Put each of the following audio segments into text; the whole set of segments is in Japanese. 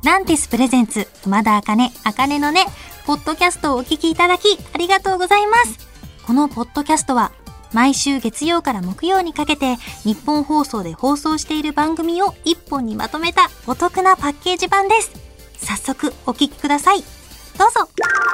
ランティスプレゼンツ熊田茜のねポッドキャストをお聞きいただきありがとうございます。このポッドキャストは毎週月曜から木曜にかけて日本放送で放送している番組を一本にまとめたお得なパッケージ版です。早速お聞きください。どうぞ。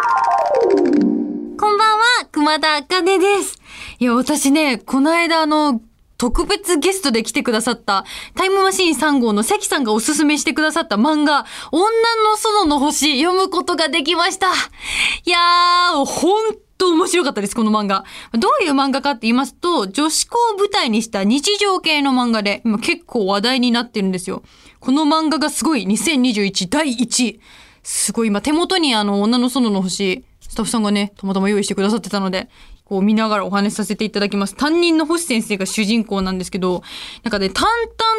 こんばんは、熊田茜です。いや、私ね、この間特別ゲストで来てくださったタイムマシーン3号の関さんがおすすめしてくださった漫画女の園の星読むことができました。いやー、ほんと面白かったです、この漫画。どういう漫画かって言いますと、女子校を舞台にした日常系の漫画で今結構話題になってるんですよ。この漫画がすごい2021第1位。すごい今手元に女の園の星スタッフさんがねたまたま用意してくださってたのでこう見ながらお話しさせていただきます。担任の星先生が主人公なんですけど、なんかね、淡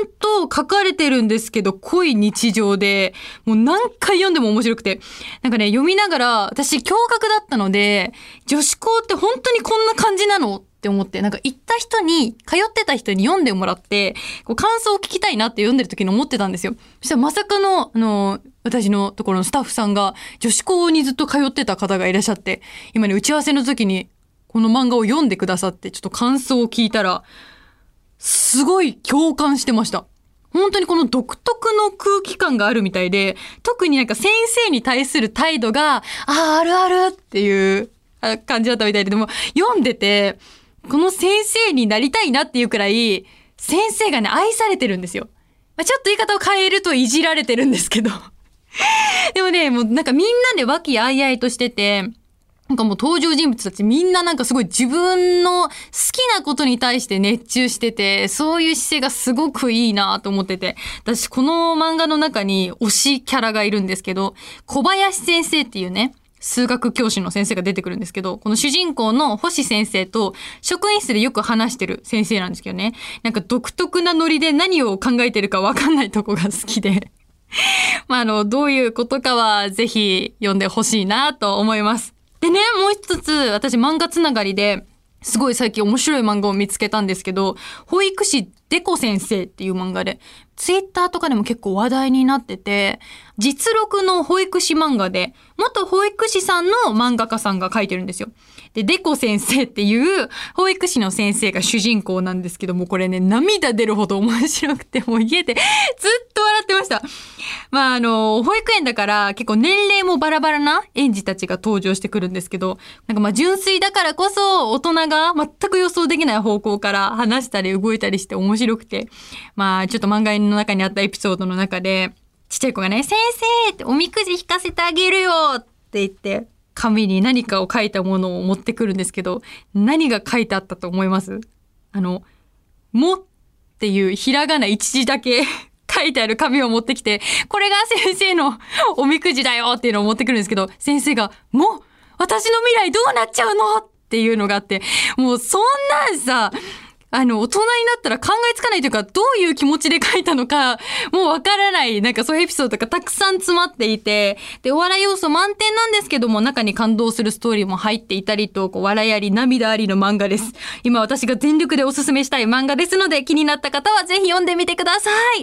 々と書かれてるんですけど、濃い日常で、もう何回読んでも面白くて、なんかね、読みながら、私、驚愕だったので、女子校って本当にこんな感じなのって思って、なんか行った人に、通ってた人に読んでもらって、こう感想を聞きたいなって読んでる時に思ってたんですよ。そしたらまさかの、私のところのスタッフさんが、女子校にずっと通ってた方がいらっしゃって、今ね、打ち合わせの時に、この漫画を読んでくださってちょっと感想を聞いたらすごい共感してました。本当にこの独特の空気感があるみたいで、特になんか先生に対する態度があるあるっていう感じだったみたいで、でも読んでてこの先生になりたいなっていうくらい先生がね愛されてるんですよ。ちょっと言い方を変えるといじられてるんですけどでもね、もうなんかみんなで和気あいあいとしてて、なんかもう登場人物たちみんななんかすごい自分の好きなことに対して熱中してて、そういう姿勢がすごくいいなと思ってて、私この漫画の中に推しキャラがいるんですけど、小林先生っていうね、数学教師の先生が出てくるんですけど、この主人公の星先生と職員室でよく話してる先生なんですけどね、なんか独特なノリで何を考えてるかわかんないとこが好きでどういうことかはぜひ読んでほしいなと思います。でね、もう一つ私漫画つながりですごい最近面白い漫画を見つけたんですけど、保育士デコ先生っていう漫画で、ツイッターとかでも結構話題になってて、実録の保育士漫画で、元保育士さんの漫画家さんが書いてるんですよ。で、デコ先生っていう保育士の先生が主人公なんですけども、これね、涙出るほど面白くて、もう家でずっと笑ってました。保育園だから結構年齢もバラバラな園児たちが登場してくるんですけど、なんか純粋だからこそ大人が全く予想できない方向から話したり動いたりして面白くて、ちょっと漫画の中にあったエピソードの中で、ちっちゃい子がね、先生っておみくじ引かせてあげるよって言って、紙に何かを書いたものを持ってくるんですけど、何が書いてあったと思います？もっていうひらがな一字だけ書いてある紙を持ってきて、これが先生のおみくじだよっていうのを持ってくるんですけど、先生が、もう私の未来どうなっちゃうのっていうのがあって、もうそんなんさ、大人になったら考えつかないというか、どういう気持ちで書いたのか、もうわからない、なんかそういうエピソードがたくさん詰まっていて、で、お笑い要素満点なんですけども、中に感動するストーリーも入っていたりと、笑いあり、涙ありの漫画です。今私が全力でおすすめしたい漫画ですので、気になった方はぜひ読んでみてください。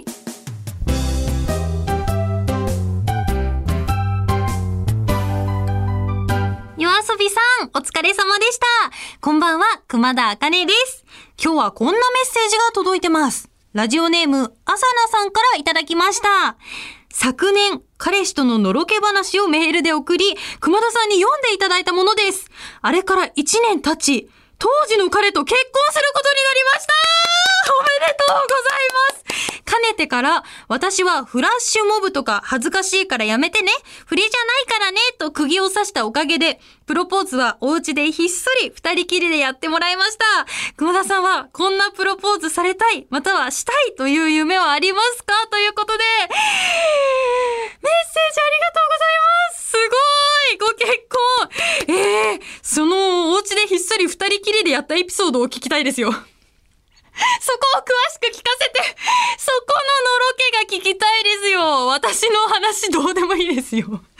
夜遊びさん、お疲れ様でした。こんばんは、熊田茜です。今日はこんなメッセージが届いてます。ラジオネーム、あさなさんからいただきました。昨年、彼氏とののろけ話をメールで送り、熊田さんに読んでいただいたものです。あれから1年経ち、当時の彼と結婚することになりました。おめでとうございます。かねてから、私はフラッシュモブとか恥ずかしいからやめてね、振りじゃないからね、と釘を刺したおかげで、プロポーズはお家でひっそり二人きりでやってもらいました。熊田さんはこんなプロポーズされたい、またはしたいという夢はありますか？ということで、メッセージありがとうございます。すごいご結婚。そのお家でひっそり二人きりでやったエピソードを聞きたいですよ。そこを詳しく聞かせて、そこののろけが聞きたいですよ。私の話どうでもいいですよ。そっか。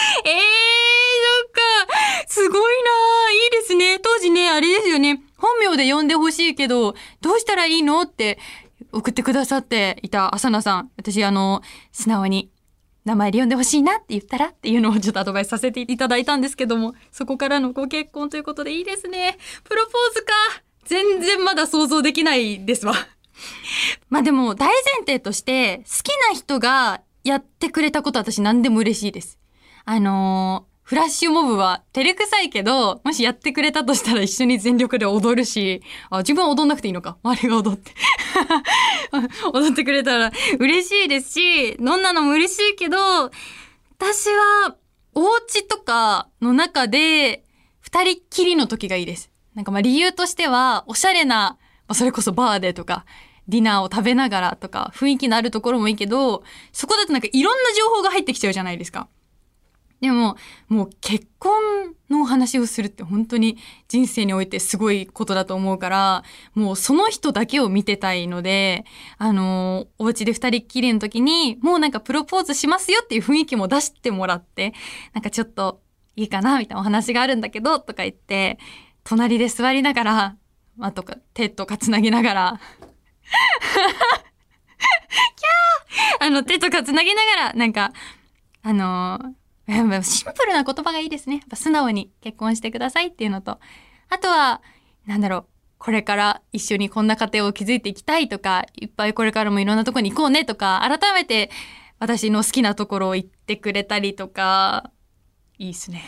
すごいないいですね。当時ね、あれですよね。本名で呼んでほしいけど、どうしたらいいのって送ってくださっていた浅名さん。私素直に名前で呼んでほしいなって言ったらっていうのをちょっとアドバイスさせていただいたんですけども、そこからのご結婚ということでいいですね。プロポーズか。全然まだ想像できないですわ。まあでも大前提として好きな人がやってくれたことは私何でも嬉しいです。フラッシュモブは照れくさいけど、もしやってくれたとしたら一緒に全力で踊るし、自分は踊んなくていいのか。周りが踊って。踊ってくれたら嬉しいですし、どんなのも嬉しいけど、私はお家とかの中で二人っきりの時がいいです。なんかまあ理由としては、おしゃれな、それこそバーでとか、ディナーを食べながらとか、雰囲気のあるところもいいけど、そこだとなんかいろんな情報が入ってきちゃうじゃないですか。でも、もう結婚のお話をするって本当に人生においてすごいことだと思うから、もうその人だけを見てたいので、お家で二人っきりの時に、もうなんかプロポーズしますよっていう雰囲気も出してもらって、なんかちょっといいかなみたいなお話があるんだけど、とか言って、隣で座りながら、とか手とかつなぎながら、キャー手とかつなぎながら、なんか、シンプルな言葉がいいですね。やっぱ素直に結婚してくださいっていうのと、あとは、これから一緒にこんな家庭を築いていきたいとか、いっぱいこれからもいろんなとこに行こうねとか、改めて私の好きなところを言ってくれたりとか、いいっすね。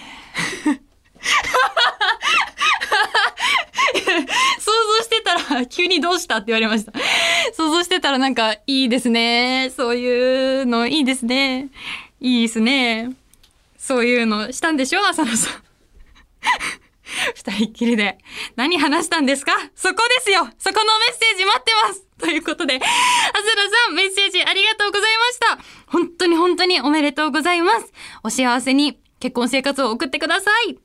想像してたら急にどうしたって言われました。想像してたらなんかいいですね。そういうのいいですね。いいですね。そういうのしたんでしょ浅野さん。二人っきりで何話したんですか？そこですよ。そこのメッセージ待ってます。ということで、浅野さんメッセージありがとうございました。本当に本当におめでとうございます。お幸せに結婚生活を送ってください。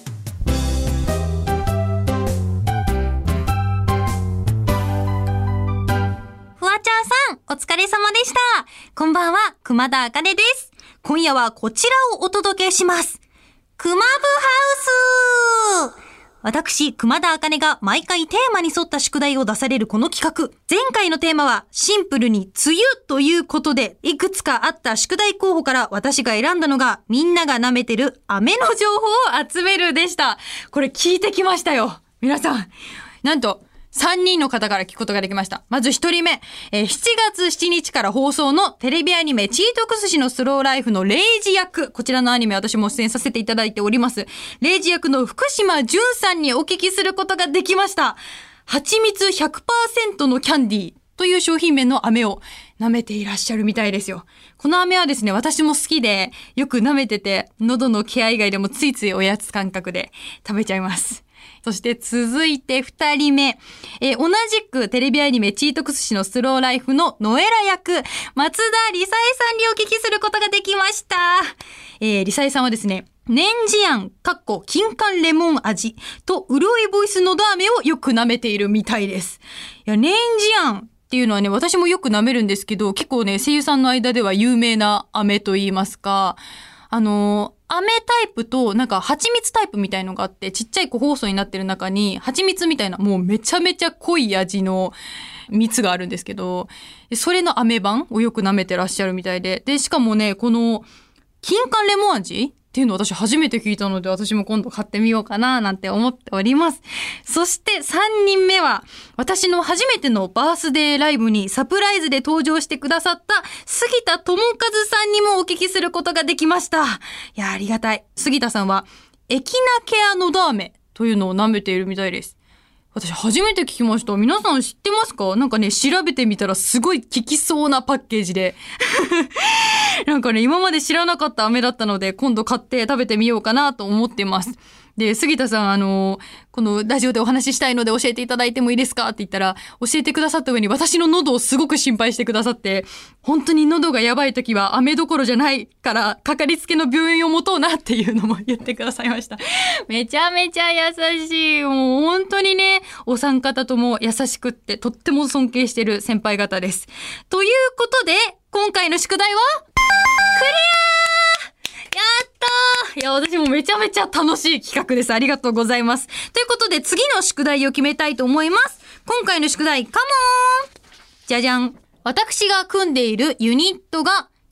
フワちゃんさん、お疲れ様でした。こんばんは、熊田茜です。今夜はこちらをお届けします。熊部ハウス。私、熊田茜が毎回テーマに沿った宿題を出されるこの企画。前回のテーマはシンプルに梅雨ということで、いくつかあった宿題候補から私が選んだのが、みんなが舐めてる飴の情報を集めるでした。これ聞いてきましたよ。皆さん。なんと、3人の方から聞くことができました。まず1人目、7月7日から放送のテレビアニメチートクスシのスローライフのレイジ役。こちらのアニメ私も出演させていただいております。レイジ役の福島淳さんにお聞きすることができました。蜂蜜 100% のキャンディーという商品名の飴を舐めていらっしゃるみたいですよ。この飴はですね、私も好きでよく舐めてて、喉のケア以外でもついついおやつ感覚で食べちゃいます。そして続いて2人目。同じくテレビアニメチートクスシのスローライフのノエラ役、松田理沙恵さんにお聞きすることができました。理沙恵さんはですね、年次庵、金柑レモン味と潤いボイスのど飴をよく舐めているみたいです。いや、年次庵っていうのはね、私もよく舐めるんですけど、結構ね、声優さんの間では有名な飴と言いますか、飴タイプとなんか蜂蜜タイプみたいのがあって、ちっちゃい個包装になってる中に蜂蜜みたいなもうめちゃめちゃ濃い味の蜜があるんですけど、それの飴版をよく舐めてらっしゃるみたいで、でしかもね、この金柑レモン味っていうのを私初めて聞いたので、私も今度買ってみようかななんて思っております。そして3人目は、私の初めてのバースデーライブにサプライズで登場してくださった杉田智和さんにもお聞きすることができました。いや、ありがたい。杉田さんは、エキナケアのど飴というのを舐めているみたいです。私初めて聞きました。皆さん知ってますか？なんかね、調べてみたらすごい効きそうなパッケージで。なんかね、今まで知らなかった飴だったので、今度買って食べてみようかなと思ってます。で、杉田さん、このラジオでお話ししたいので教えていただいてもいいですかって言ったら、教えてくださった上に私の喉をすごく心配してくださって、本当に喉がやばい時は飴どころじゃないから、かかりつけの病院を持とうなっていうのも言ってくださいました。めちゃめちゃ優しい。もう本当にね、お三方とも優しくって、とっても尊敬してる先輩方です。ということで、今回の宿題は、クリア！やったー！いや、私もめちゃめちゃ楽しい企画です。ありがとうございます。ということで、次の宿題を決めたいと思います。今回の宿題、カモーン！じゃじゃん。私が組んでいるユニットが、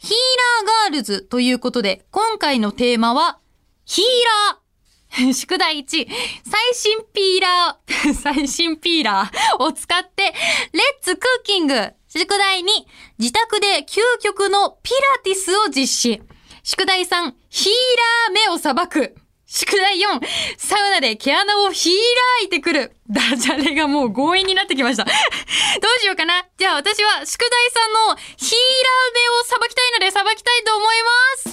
ヒーラーガールズということで、今回のテーマは、ヒーラー宿題1、最新ピーラーを使って、レッツクッキング。宿題2、自宅で究極のピラティスを実施。宿題3、ヒーラー目をさばく。宿題4、サウナで毛穴をヒーラーいてくる。ダジャレがもう強引になってきました。どうしようかな。じゃあ私は宿題3のヒーラー目をさばきたいのでさばきたいと思います。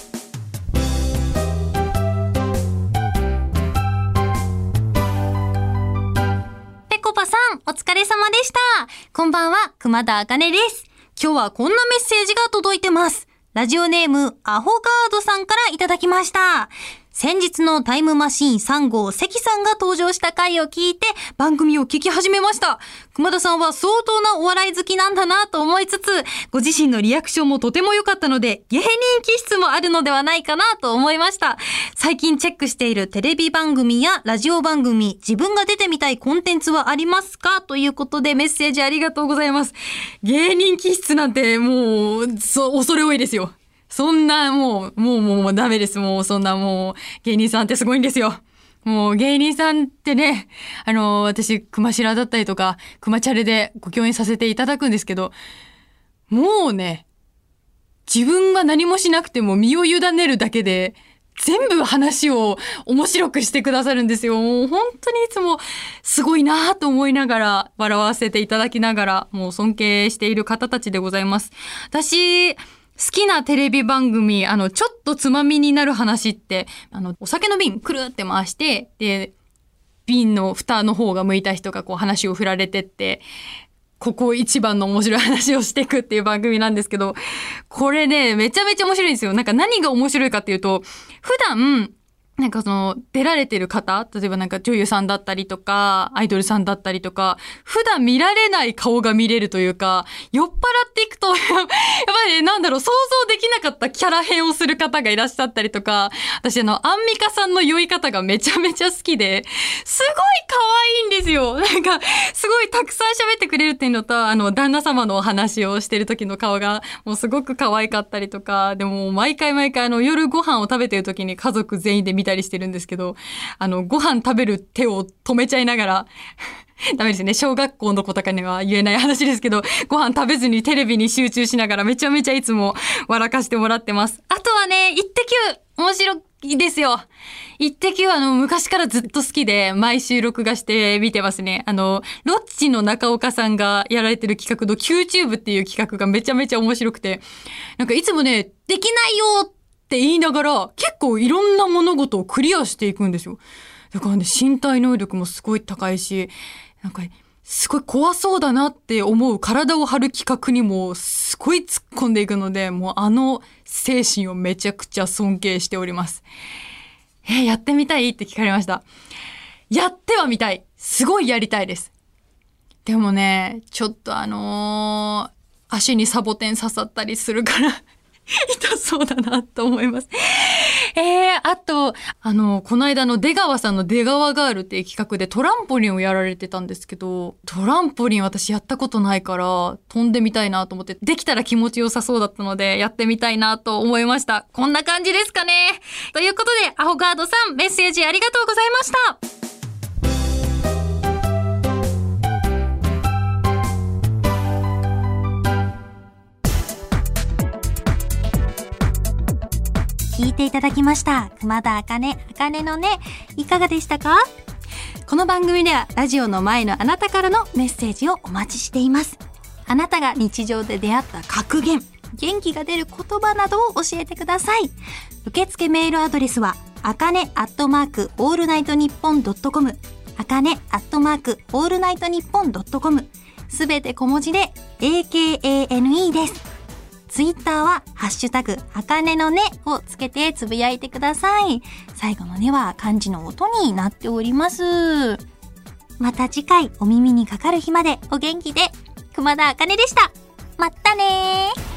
ぺこぱさん、お疲れ様でした。こんばんは、熊田茜です。今日はこんなメッセージが届いてます。ラジオネーム、アホガードさんからいただきました。先日のタイムマシーン3号関さんが登場した回を聞いて番組を聞き始めました。熊田さんは相当なお笑い好きなんだなと思いつつ、ご自身のリアクションもとても良かったので、芸人気質もあるのではないかなと思いました。最近チェックしているテレビ番組やラジオ番組、自分が出てみたいコンテンツはありますかということでメッセージありがとうございます。芸人気質なんてもう、恐れ多いですよ。そんな、もうダメです。もう、そんなもう、芸人さんってすごいんですよ。もう、芸人さんってね、私、熊白だったりとか、熊チャレでご共演させていただくんですけど、もうね、自分が何もしなくても身を委ねるだけで、全部話を面白くしてくださるんですよ。もう本当にいつもすごいなと思いながら、笑わせていただきながら、もう尊敬している方たちでございます。私、好きなテレビ番組、ちょっとつまみになる話って、お酒の瓶くるって回して、で、瓶の蓋の方が向いた人がこう話を振られてって、ここ一番の面白い話をしていくっていう番組なんですけど、これね、めちゃめちゃ面白いんですよ。なんか何が面白いかっていうと、普段、なんか出られてる方、例えばなんか女優さんだったりとか、アイドルさんだったりとか、普段見られない顔が見れるというか、酔っ払っていくと、やっぱりね、想像できなかったキャラ変をする方がいらっしゃったりとか、私アンミカさんの酔い方がめちゃめちゃ好きで、すごい可愛いんですよ。なんか、すごいたくさん喋ってくれるっていうのと、旦那様のお話をしてる時の顔が、もうすごく可愛かったりとか、でも毎回夜ご飯を食べてる時に家族全員で見たりしてるんですけど、ご飯食べる手を止めちゃいながら、ダメですね。小学校の子とかには言えない話ですけど、ご飯食べずにテレビに集中しながらめちゃめちゃいつも笑かしてもらってます。あとはね、イッテ Q! 面白いですよ。イッテ Q! 昔からずっと好きで、毎週録画して見てますね。ロッチの中岡さんがやられてる企画の QTube っていう企画がめちゃめちゃ面白くて、なんかいつもね、できないよって言いながら結構いろんな物事をクリアしていくんですよ。だからね、身体能力もすごい高いし、なんかすごい怖そうだなって思う体を張る企画にもすごい突っ込んでいくので、もう精神をめちゃくちゃ尊敬しております。やってみたいって聞かれました。やってはみたい。すごいやりたいです。でもね、ちょっと足にサボテン刺さったりするから痛そうだなと思います。あと、この間の出川さんの出川ガールっていう企画でトランポリンをやられてたんですけど、トランポリン私やったことないから飛んでみたいなと思って、できたら気持ちよさそうだったのでやってみたいなと思いました。こんな感じですかね。ということで、アホガードさんメッセージありがとうございました。聞いていただきました。熊田茜のね、いかがでしたか？この番組ではラジオの前のあなたからのメッセージをお待ちしています。あなたが日常で出会った格言、元気が出る言葉などを教えてください。受付メールアドレスはakane@allnightnippon.com、akane@allnightnippon.com、すべて小文字で AKANE です。ツイッターはハッシュタグあかねのねをつけてつぶやいてください。最後のねは漢字の音になっております。また次回お耳にかかる日までお元気で。熊田あかねでした。まったねー。